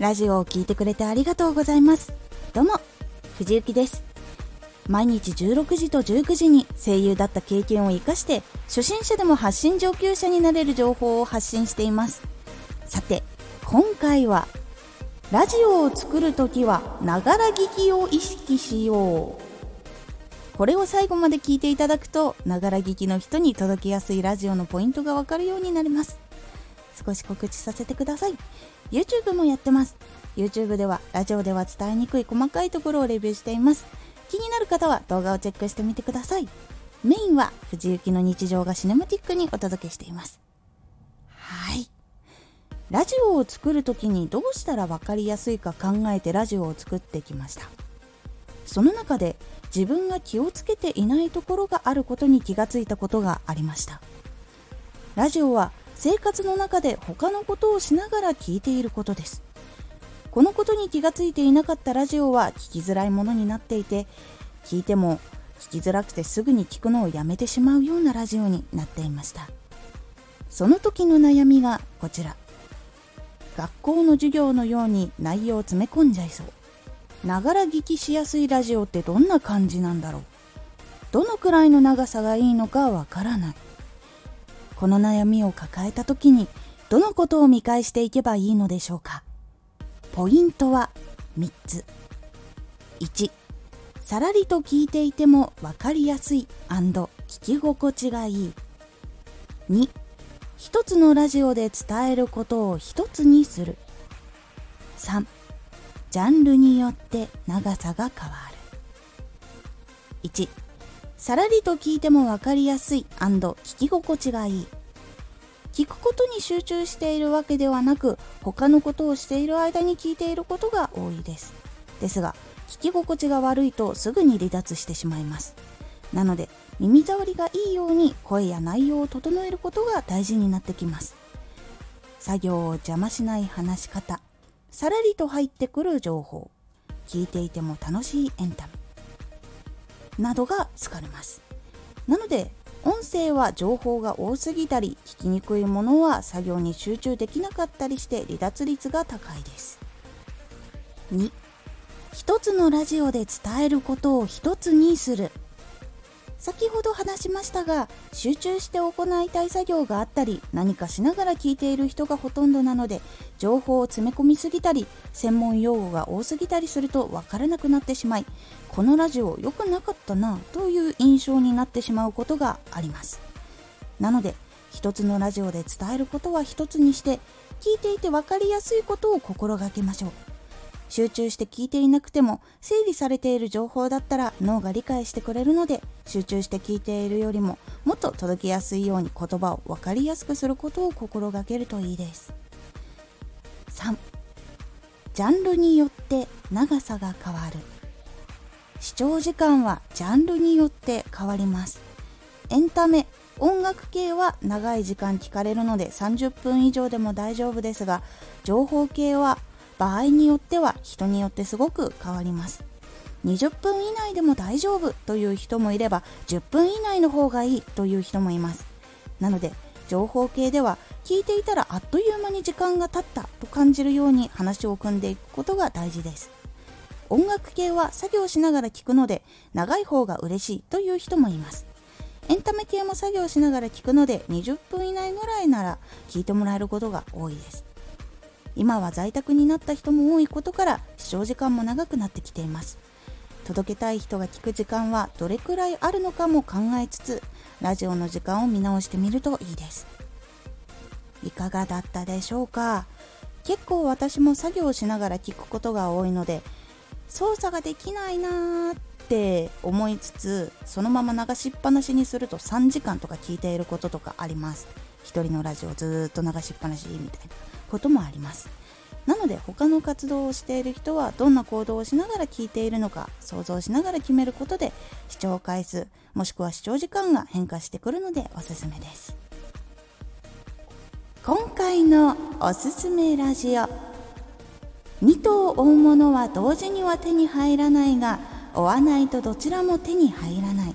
ラジオを聞いてくれてありがとうございます。どうも藤幸です。毎日16時と19時に声優だった経験を生かして初心者でも発信上級者になれる情報を発信しています。さて今回はラジオを作るときはながら聞きを意識しよう。これを最後まで聞いていただくとながら聞きの人に届きやすいラジオのポイントがわかるようになります。少し告知させてください。 YouTube もやってます。 YouTube ではラジオでは伝えにくい細かいところをレビューしています。気になる方は動画をチェックしてみてください。メインは藤幸の日常がシネマティックにお届けしています。はい、ラジオを作るときにどうしたら分かりやすいか考えてラジオを作ってきました。その中で自分が気をつけていないところがあることに気がついたことがありました。ラジオは生活の中で他のことをしながら聞いていることです。このことに気がついていなかったラジオは聞きづらいものになっていて、聞いても聞きづらくてすぐに聞くのをやめてしまうようなラジオになっていました。その時の悩みがこちら。学校の授業のように内容を詰め込んじゃいそう。ながら聞きしやすいラジオってどんな感じなんだろう。どのくらいの長さがいいのかわからない。この悩みを抱えた時にどのことを見返していけばいいのでしょうか。ポイントは3つ。1、さらりと聞いていても分かりやすい&聞き心地がいい。2、一つのラジオで伝えることを一つにする。3、ジャンルによって長さが変わる。1、さらりと聞いても分かりやすい&聞き心地がいい。聞くことに集中しているわけではなく、他のことをしている間に聞いていることが多いです。ですが、聞き心地が悪いとすぐに離脱してしまいます。なので、耳障りがいいように声や内容を整えることが大事になってきます。作業を邪魔しない話し方、さらりと入ってくる情報、聞いていても楽しいエンタメなどが好かれます。なので音声は情報が多すぎたり聞きにくいものは作業に集中できなかったりして離脱率が高いです。2、一つのラジオで伝えることを一つにする。先ほど話しましたが、集中して行いたい作業があったり何かしながら聞いている人がほとんどなので、情報を詰め込みすぎたり専門用語が多すぎたりすると分からなくなってしまい、このラジオ良くなかったなという印象になってしまうことがあります。なので一つのラジオで伝えることは一つにして、聞いていて分かりやすいことを心がけましょう。集中して聞いていなくても整理されている情報だったら脳が理解してくれるので、集中して聞いているよりももっと届きやすいように言葉を分かりやすくすることを心がけるといいです。3、ジャンルによって長さが変わる。視聴時間はジャンルによって変わります。エンタメ、音楽系は長い時間聞かれるので30分以上でも大丈夫ですが、情報系は場合によっては人によってすごく変わります。20分以内でも大丈夫という人もいれば、10分以内の方がいいという人もいます。なので情報系では聞いていたらあっという間に時間が経ったと感じるように話を組んでいくことが大事です。音楽系は作業しながら聞くので長い方が嬉しいという人もいます。エンタメ系も作業しながら聞くので20分以内ぐらいなら聞いてもらえることが多いです。今は在宅になった人も多いことから視聴時間も長くなってきています。届けたい人が聞く時間はどれくらいあるのかも考えつつ、ラジオの時間を見直してみるといいです。いかがだったでしょうか。結構私も作業しながら聞くことが多いので、操作ができないなーって思いつつ、そのまま流しっぱなしにすると3時間とか聞いていることとかあります。一人のラジオをずっと流しっぱなしみたいなこともあります。なので他の活動をしている人はどんな行動をしながら聞いているのか想像しながら決めることで、視聴回数もしくは視聴時間が変化してくるのでおすすめです。今回のおすすめラジオ。2頭追うものは同時には手に入らないが、追わないとどちらも手に入らない。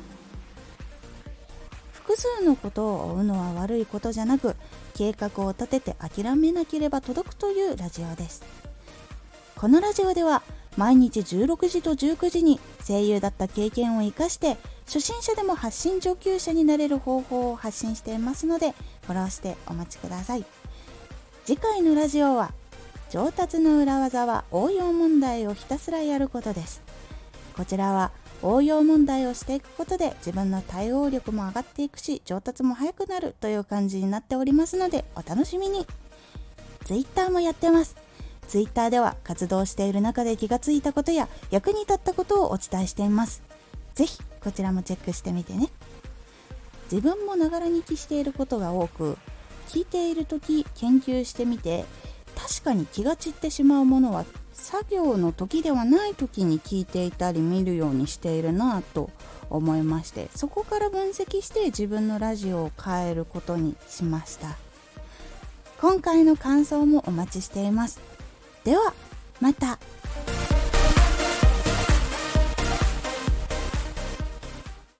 複数のことを追うのは悪いことじゃなく、計画を立てて諦めなければ届くというラジオです。 このラジオでは毎日16時と19時に声優だった経験を生かして初心者でも発信上級者になれる方法を発信していますので、フォローしてお待ちください。次回のラジオは上達の裏技は応用問題をひたすらやることです。こちらは応用問題をしていくことで自分の対応力も上がっていくし、上達も早くなるという感じになっておりますので、お楽しみに。Twitter もやってます。Twitter では活動している中で気がついたことや役に立ったことをお伝えしています。ぜひこちらもチェックしてみてね。自分もながら聞きしていることが多く、聞いているとき研究してみて、確かに気が散ってしまうものは作業の時ではない時に聞いていたり見るようにしているなぁと思いまして、そこから分析して自分のラジオを変えることにしました。今回の感想もお待ちしています。ではまた。